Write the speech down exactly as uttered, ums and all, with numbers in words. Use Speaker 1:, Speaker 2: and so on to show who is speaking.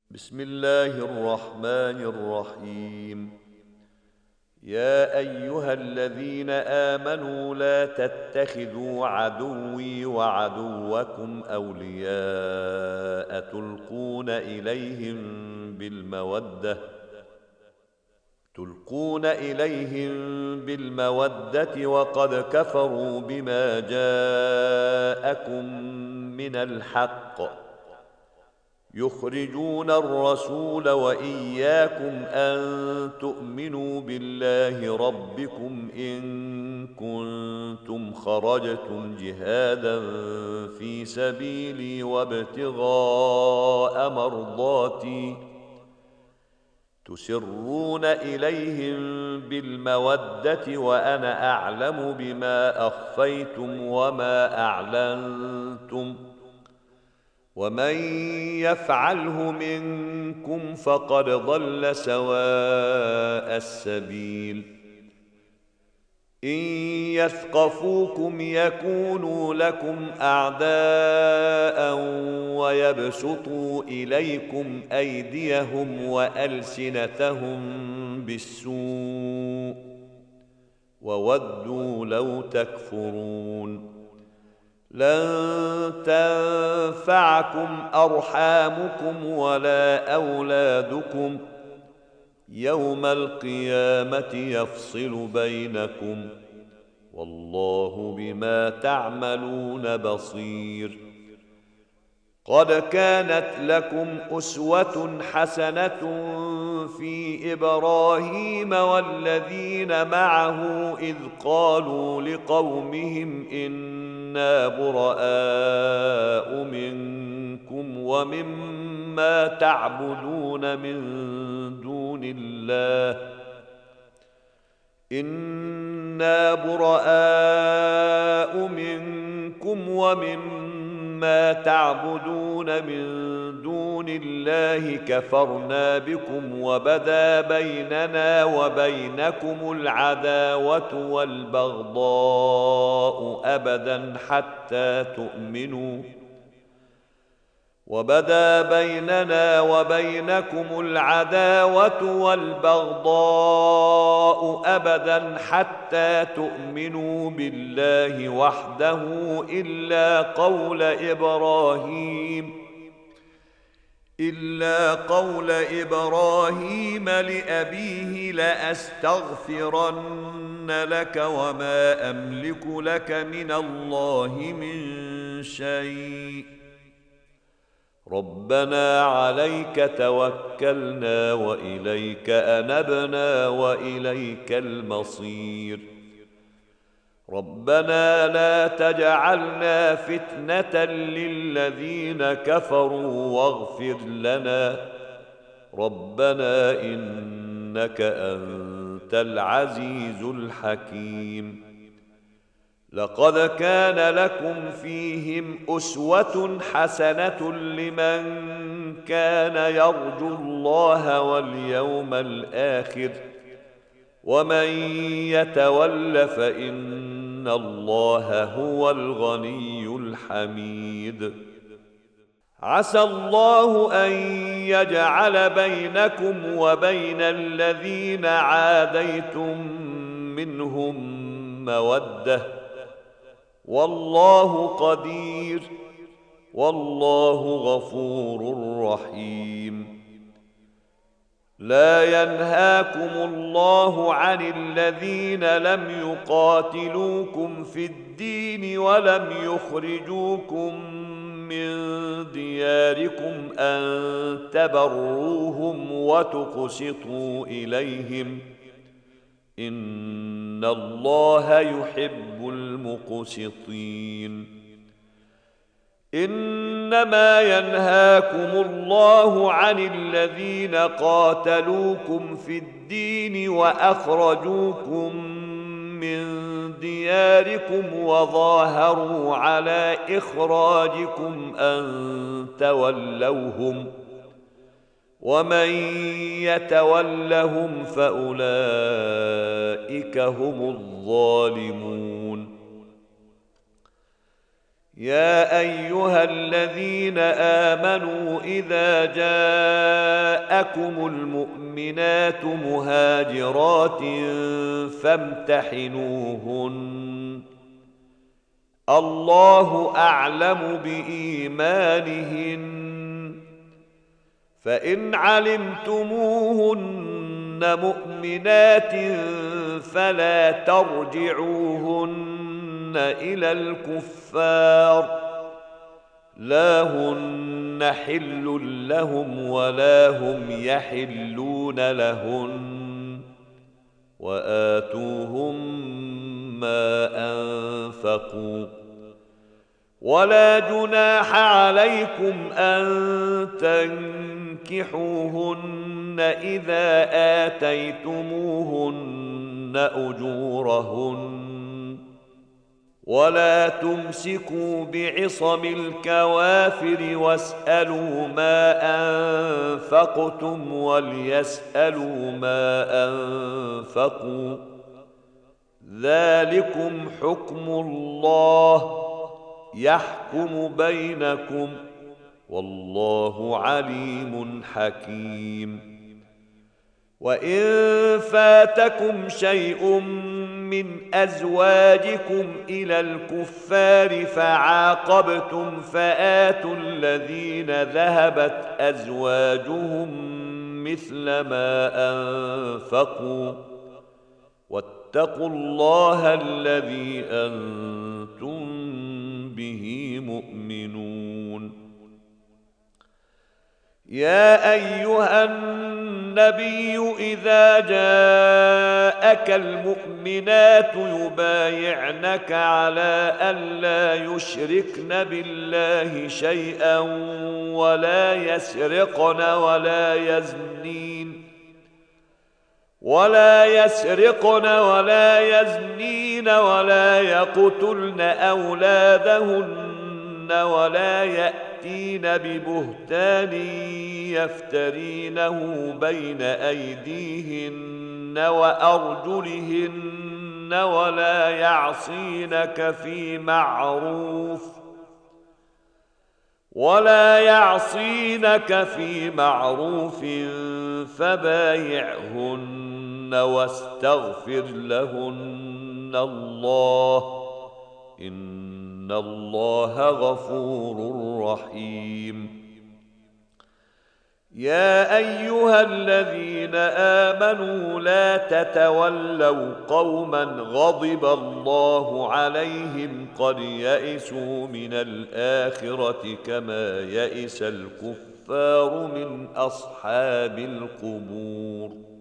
Speaker 1: بسم الله الرحمن الرحيم. يا أيها الذين آمنوا لا تتخذوا عدوي وعدوكم أولياء تلقون إليهم بالمودة تلقون إليهم بالمودة وقد كفروا بما جاءكم من الحق يخرجون الرسول وإياكم أن تؤمنوا بالله ربكم إن كنتم خرجتم جهادا في سبيلي وابتغاء مرضاتي تسرون إليهم بالمودة وأنا أعلم بما أخفيتم وما أعلنتم ومن يفعله منكم فقد ضل سواء السبيل. إن يثقفوكم يكونوا لكم أعداء ويبسطوا إليكم أيديهم وألسنتهم بالسوء وودوا لو تكفرون. لن تنفعكم أرحامكم ولا أولادكم يوم القيامة يفصل بينكم والله بما تعملون بصير. قد كانت لكم أسوة حسنة في إبراهيم والذين معه إذ قالوا لقومهم إنا براء منكم ومما تعبدون من دون الله إنا براء منكم ومما تعبدون من دون الله كفرنا بكم وبدا بيننا وبينكم العداوة والبغضاء أبدا حتى تؤمنوا وبدا بيننا وبينكم العداوة والبغضاء أبدا حتى تؤمنوا بالله وحده إلا قول إبراهيم إلا قول إبراهيم لأبيه لأستغفرن لك وما أملك لك من الله من شيء ربنا عليك توكلنا وإليك أنبنا وإليك المصير. ربنا لا تجعلنا فتنة للذين كفروا واغفر لنا ربنا إنك أنت العزيز الحكيم. لقد كان لكم فيهم أسوة حسنة لمن كان يرجو الله واليوم الآخر ومن يتول فإن الله هو الغني الحميد. عسى الله أن يجعل بينكم وبين الذين عاديتم منهم مودة والله قدير والله غفور رحيم. لا ينهاكم الله عن الذين لم يقاتلوكم في الدين ولم يخرجوكم من دياركم أن تبروهم وتقسطوا إليهم إن الله يحب المقسطين. إنما ينهاكم الله عن الذين قاتلوكم في الدين وأخرجوكم من دياركم وظاهروا على إخراجكم أن تولوهم ومن يتولهم فأولئك هم الظالمون. يا ايها الذين امنوا اذا جاءكم المؤمنات مهاجرات فامتحنوهن الله اعلم بايمانهن فان علمتموهن مؤمنات فلا ترجعوهن إلى الكفار لا هن حل لهم ولا هم يحلون لهن وآتوهم ما أنفقوا ولا جناح عليكم أن تنكحوهن إذا آتيتموهن أجورهن ولا تمسكوا بعصم الكوافر واسألوا ما أنفقتم وليسألوا ما أنفقوا ذلكم حكم الله يحكم بينكم والله عليم حكيم وإن فاتكم شيء من أزواجكم إلى الكفار فعاقبتم فآتوا الذين ذهبت أزواجهم مثل ما أنفقوا واتقوا الله الذي أنتم به مؤمنون يا أيها النبي إذا جاءك المؤمنات يبايعنك على ألا يشركن بالله شيئا ولا يسرقن ولا يزنين ولا يسرقن ولا يزنين ولا يقتلن أولادهن ولا يأتين ببهتان يفترينه بين أيديهن وأرجلهن ولا يعصينك في معروف ولا يعصينك في معروف فبايعهن واستغفر لهن الله إن الله غفور رحيم يا أيها الذين آمنوا لا تتولوا قوما غضب الله عليهم قد يئسوا من الآخرة كما يئس الكفار من أصحاب القبور